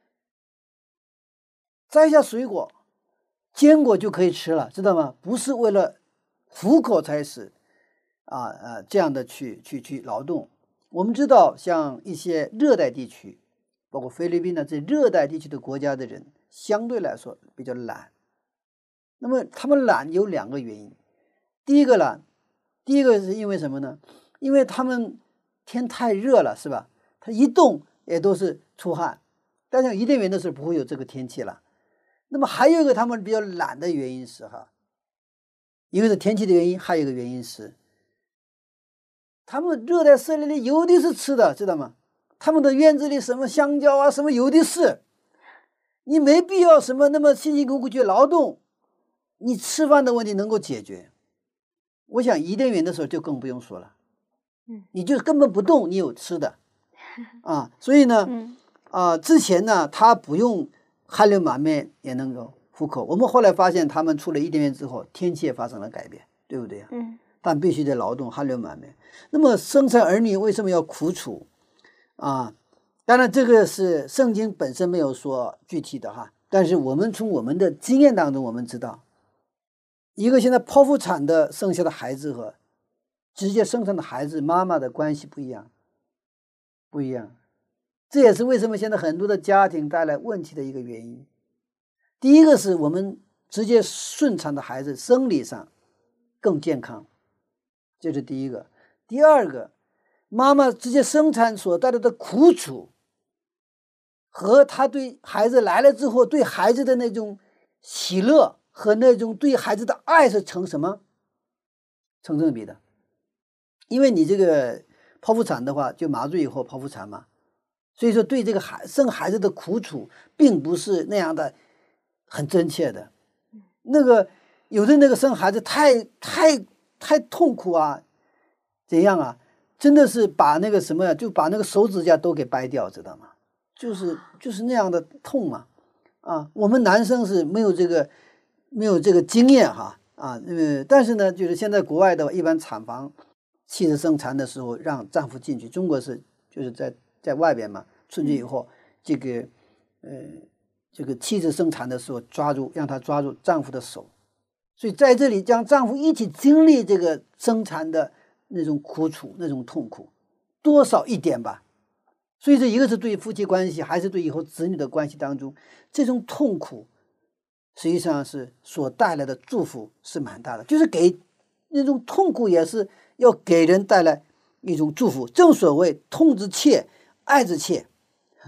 摘下水果坚果就可以吃了，知道吗？不是为了糊口才是啊啊这样的去去去劳动。我们知道像一些热带地区，包括菲律宾的这热带地区的国家的人相对来说比较懒。那么他们懒有两个原因，第一个懒，第一个是因为什么呢？因为他们天太热了，是吧？他一动也都是出汗，但是伊甸园的时候不会有这个天气了。那么还有一个他们比较懒的原因是哈，一个是天气的原因，还有一个原因是他们热带森林里有的是吃的，知道吗？他们的院子里什么香蕉啊什么有的是，你没必要什么那么辛辛苦苦去劳动，你吃饭的问题能够解决。我想伊甸园的时候就更不用说了，你就根本不动，你有吃的啊。所以呢啊，之前呢他不用汗流满面也能够糊口。我们后来发现他们出了伊甸园之后，天气也发生了改变，对不对呀？嗯，但必须得劳动，汗流满面。那么生产儿女为什么要苦楚啊？当然这个是圣经本身没有说具体的哈，但是我们从我们的经验当中我们知道，一个现在剖腹产的生下的孩子和直接生产的孩子妈妈的关系不一样，不一样。这也是为什么现在很多的家庭带来问题的一个原因。第一个是我们直接顺产的孩子生理上更健康，这是第一个。第二个，妈妈直接生产所带来的苦楚和她对孩子来了之后对孩子的那种喜乐和那种对孩子的爱是成什么？成正比的。因为你这个剖腹产的话，就麻醉以后剖腹产嘛，所以说对这个孩生孩子的苦楚并不是那样的很真切的。那个有的那个生孩子太太太痛苦啊，怎样啊？真的是把那个什么呀，就把那个手指甲都给掰掉，知道吗？就是就是那样的痛嘛。啊，我们男生是没有这个没有这个经验哈啊，呃，但是呢，就是现在国外的一般产房妻子生产的时候让丈夫进去，中国是就是在在外边嘛，出去以后，这个呃这个妻子生产的时候抓住让她抓住丈夫的手，所以在这里将丈夫一起经历这个生产的那种苦楚那种痛苦，多少一点吧。所以这一个是对夫妻关系，还是对以后子女的关系当中，这种痛苦实际上是所带来的祝福是蛮大的，就是给那种痛苦也是要给人带来一种祝福。正所谓痛之切，爱之切。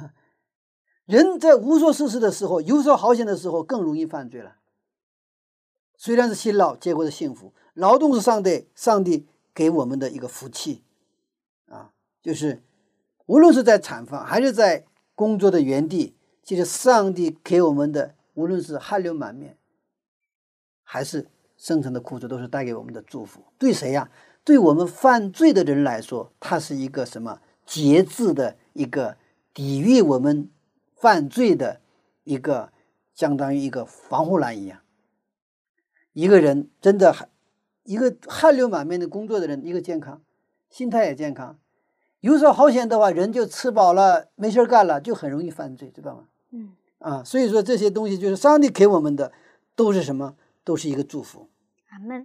人在无所事事的时候，游手好闲的时候，更容易犯罪了。虽然是辛劳，结果是幸福。劳动是上帝上帝给我们的一个福气啊，就是无论是在产房还是在工作的原地，其实上帝给我们的，无论是汗流满面，还是生存的苦楚，都是带给我们的祝福。对谁呀？对我们犯罪的人来说，它是一个什么节制的一个抵御我们犯罪的一个相当于一个防护栏一样。一个人真的一个汗流满面的工作的人，一个健康，心态也健康，游手好闲的话，人就吃饱了没事干了，就很容易犯罪，知道吗？ 嗯啊，所以说这些东西就是上帝给我们的，都是什么？都是一个祝福。 阿们。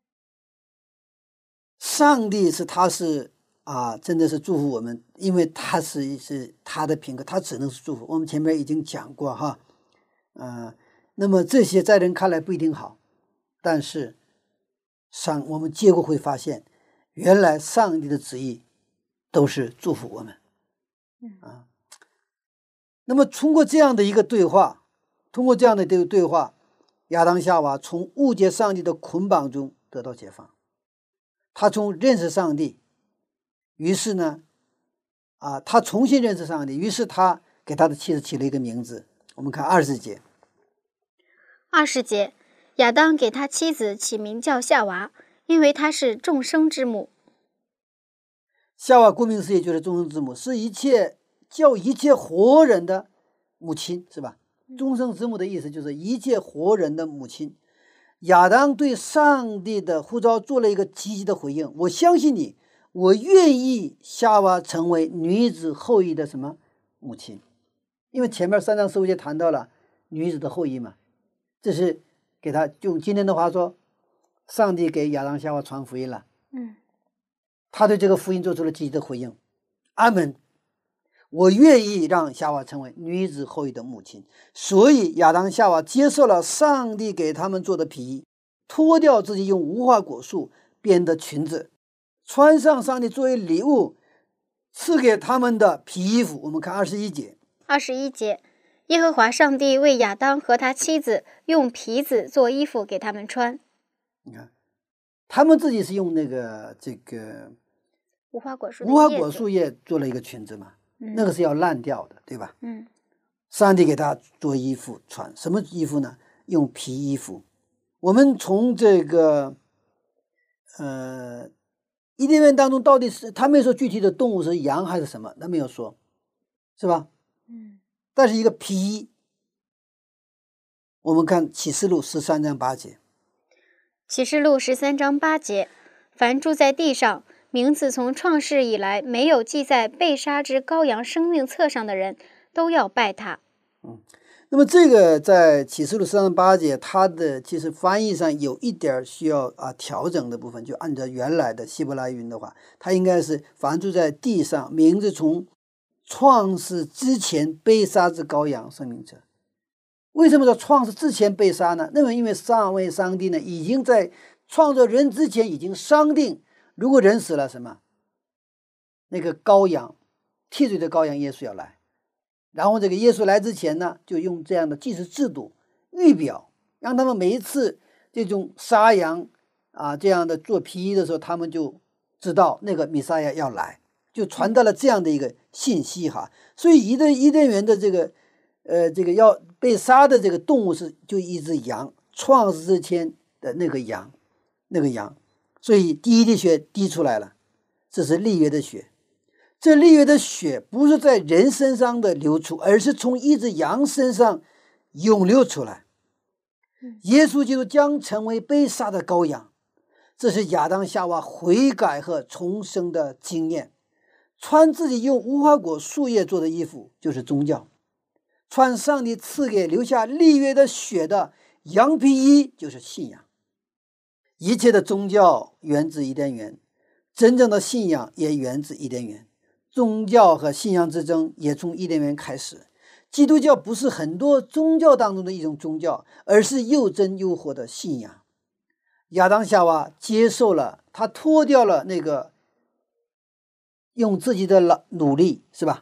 上帝是他是啊，真的是祝福我们，因为他是是他的品格，他只能是祝福。我们前面已经讲过哈，嗯、呃，那么这些在人看来不一定好，但是上我们结果会发现，原来上帝的旨意都是祝福我们啊。那么通过这样的一个对话，通过这样的这个对话，亚当夏娃从误解上帝的捆绑中得到解放。他从认识上帝，于是呢，啊，他重新认识上帝，于是他给他的妻子起了一个名字。我们看二十节。 二十节，亚当给他妻子起名叫夏娃，因为她是众生之母。 夏娃顾名思义就是众生之母，是一切叫一切活人的母亲，是吧？众生之母的意思就是一切活人的母亲。亚当对上帝的呼召做了一个积极的回应，我相信你，我愿意夏娃成为女子后裔的什么母亲，因为前面三章十五节谈到了女子的后裔嘛，这是给他用今天的话说，上帝给亚当夏娃传福音了， 嗯， 他对这个福音做出了积极的回应，阿们。我愿意让夏娃成为女子后裔的母亲，所以亚当夏娃接受了上帝给他们做的皮衣，脱掉自己用无花果树编的裙子，穿上上帝作为礼物赐给他们的皮衣服。我们看二十一节。 二十一节，耶和华上帝为亚当和他妻子用皮子做衣服给他们穿。 你看，他们自己是用那个这个无花果树的无花叶子果树叶做了一个裙子嘛， 嗯那个是要烂掉的，对吧？ 嗯上帝给他做衣服穿，什么衣服呢？用皮衣服。我们从这个呃伊甸园当中，到底是他没说具体的动物是羊还是什么，他没有说，是吧？ 嗯但是一个皮衣，我们看启示录十三章八节。 启示录十三章八节，凡住在地上，名字从创世以来没有记在被杀之羔羊生命册上的人，都要拜他。 嗯，那么这个在启示录十三章八节，它的其实翻译上有一点需要啊调整的部分，就按照原来的希伯来语的话，它应该是凡住在地上，名字从创世之前被杀之羔羊生命册。为什么说创世之前被杀呢？那么因为上位上帝呢已经在创造人之前已经商定，如果人死了什么，那个羔羊替罪的羔羊耶稣要来，然后这个耶稣来之前呢，就用这样的祭祀制度预表，让他们每一次这种杀羊啊这样的做皮衣的时候，他们就知道那个弥赛亚要来，就传达了这样的一个信息哈。所以伊甸伊甸园的这个呃这个要被杀的这个动物是就一只羊，创世之前的那个羊，那个羊，所以第一滴血滴出来了，这是立约的血。这立约的血不是在人身上的流出，而是从一只羊身上涌流出来。耶稣基督将成为被杀的羔羊，这是亚当夏娃悔改和重生的经验。穿自己用无花果树叶做的衣服就是宗教，穿上帝赐给留下立约的血的羊皮衣就是信仰。一切的宗教源自伊甸园，真正的信仰也源自伊甸园。宗教和信仰之争也从伊甸园开始。基督教不是很多宗教当中的一种宗教，而是又真又活的信仰。亚当夏娃接受了，他脱掉了那个用自己的努力，是吧？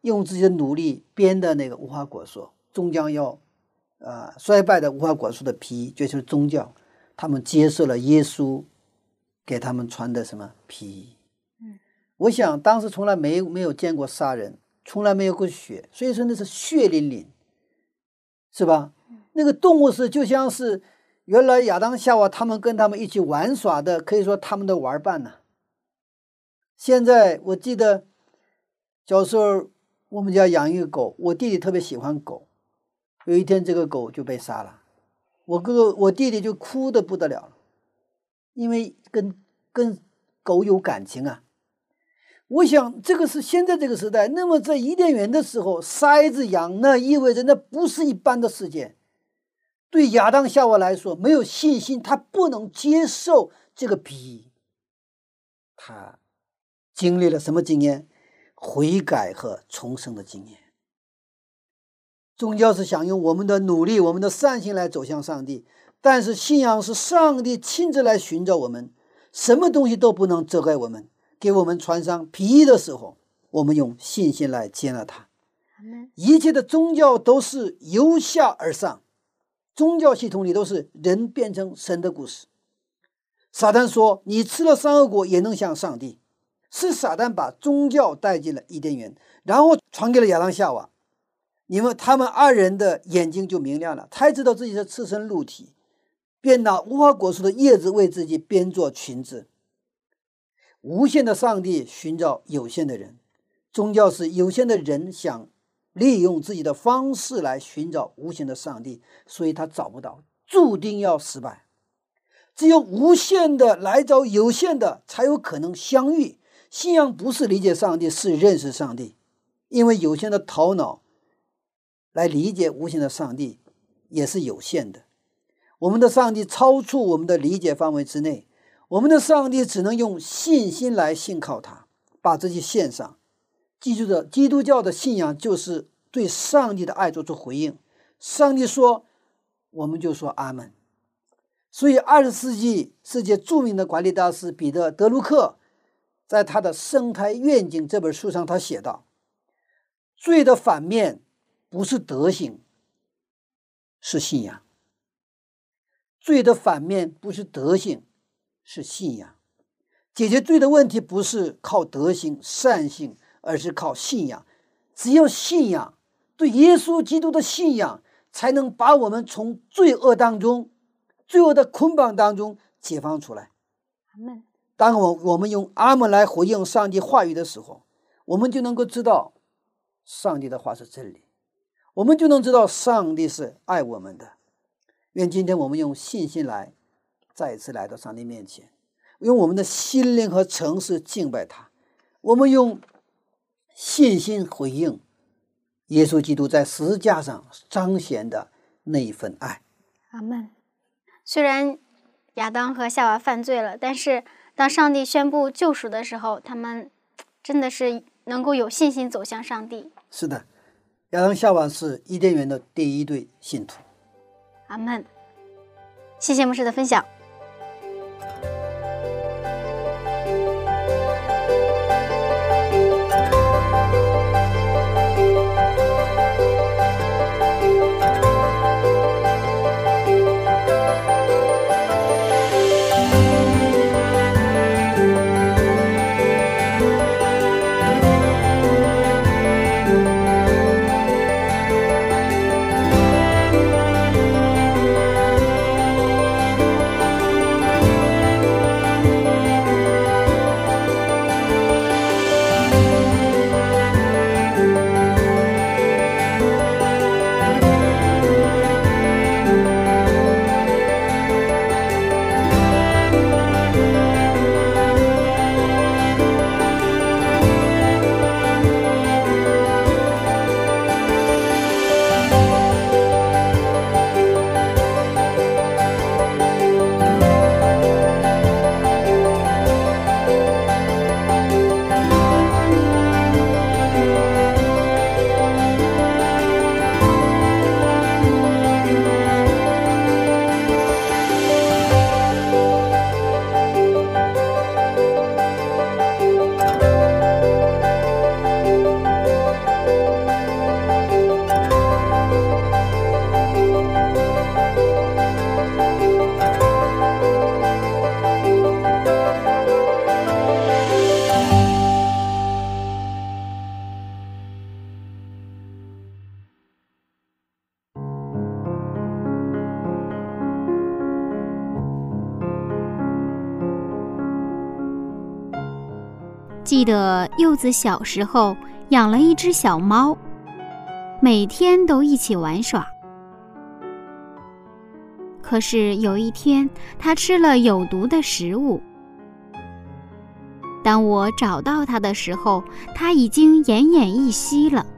用自己的努力编的那个无花果树，终将要呃衰败的无花果树的皮，就是宗教，他们接受了耶稣给他们穿的什么皮。 嗯， 我想当时从来没有没有见过杀人，从来没有过血，所以说那是血淋淋，是吧？那个动物是就像是原来亚当夏娃他们跟他们一起玩耍的，可以说他们的玩伴呢、啊。现在我记得小时候我们家养一个狗，我弟弟特别喜欢狗，有一天这个狗就被杀了，我哥哥我弟弟就哭得不得了，因为跟跟狗有感情啊。我想这个是现在这个时代，那么在伊甸园的时候杀一只羊，那意味着那不是一般的事件。对亚当夏娃来说没有信心，他不能接受这个皮。他经历了什么经验？悔改和重生的经验。宗教是想用我们的努力，我们的善行来走向上帝，但是信仰是上帝亲自来寻找我们，什么东西都不能遮盖我们，给我们穿上皮衣的时候，我们用信心来接纳它。一切的宗教都是由下而上，宗教系统里都是人变成神的故事。撒旦说你吃了善恶果也能像上帝，是撒旦把宗教带进了伊甸园，然后传给了亚当夏娃。你们他们二人的眼睛就明亮了，才知道自己是赤身露体，便拿无花果树的叶子为自己编做裙子。无限的上帝寻找有限的人，宗教是有限的人想利用自己的方式来寻找无限的上帝，所以他找不到，注定要失败。只有无限的来找有限的，才有可能相遇。信仰不是理解上帝，是认识上帝。因为有限的头脑来理解无限的上帝也是有限的，我们的上帝超出我们的理解范围之内，我们的上帝只能用信心来信靠他，把自己献上。记住的，基督教的信仰就是对上帝的爱做出回应，上帝说我们就说阿们。所以二十世纪世界著名的管理大师彼得·德鲁克在他的《生态愿景》这本书上，他写道，罪的反面不是德行，是信仰。罪的反面不是德行，是信仰。解决罪的问题不是靠德行善行，而是靠信仰。只有信仰，对耶稣基督的信仰，才能把我们从罪恶当中罪恶的捆绑当中解放出来。 阿们。 当我我们用阿们来回应上帝话语的时候，我们就能够知道上帝的话是真理，我们就能知道上帝是爱我们的。愿今天我们用信心来再一次来到上帝面前，用我们的心灵和诚实敬拜他，我们用信心回应耶稣基督在十字架上彰显的那一份爱。 阿们。虽然亚当和夏娃犯罪了，但是当上帝宣布救赎的时候，他们真的是能够有信心走向上帝。 是的，亚当夏娃是伊甸园的第一对信徒。 阿们。谢谢牧师的分享。 记得柚子小时候养了一只小猫，每天都一起玩耍。可是有一天，它吃了有毒的食物。当我找到它的时候，它已经奄奄一息了。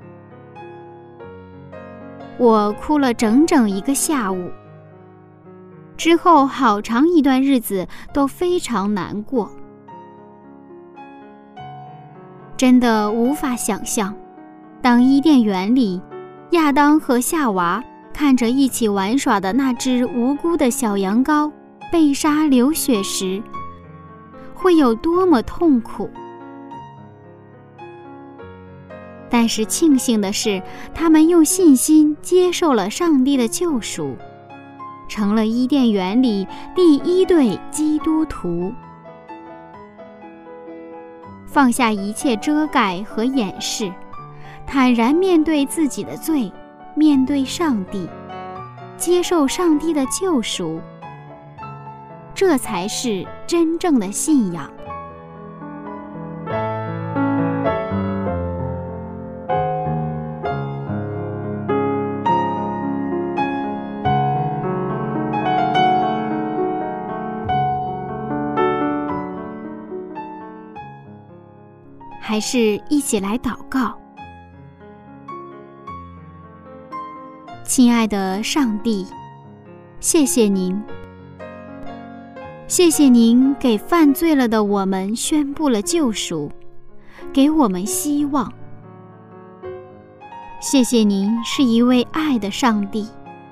我哭了整整一个下午，之后好长一段日子都非常难过。真的无法想象，当伊甸园里亚当和夏娃看着一起玩耍的那只无辜的小羊羔被杀流血时，会有多么痛苦。但是庆幸的是，他们用信心接受了上帝的救赎，成了伊甸园里第一对基督徒。放下一切遮盖和掩饰，坦然面对自己的罪，面对上帝，接受上帝的救赎，这才是真正的信仰。还是一起来祷告。亲爱的上帝，谢谢您，谢谢您给犯罪了的我们宣布了救赎，给我们希望。谢谢您是一位爱的上帝。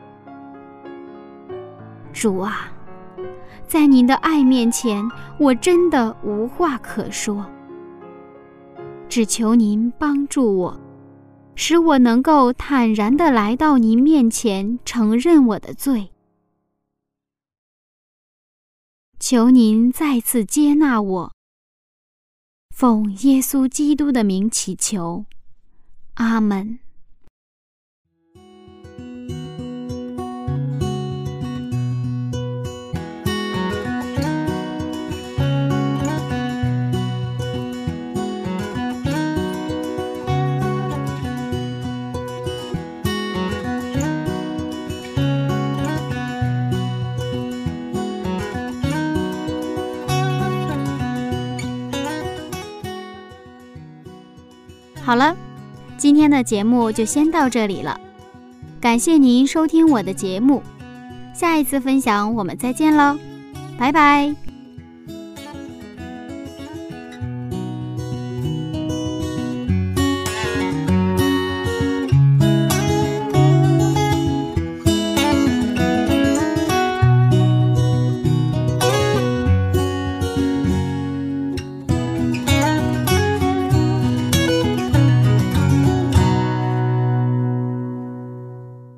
主啊，在您的爱面前，我真的无话可说。只求您帮助我，使我能够坦然地来到您面前，承认我的罪。求您再次接纳我，奉耶稣基督的名祈求，阿们。好了，今天的节目就先到这里了，感谢您收听我的节目，下一次分享我们再见喽，拜拜。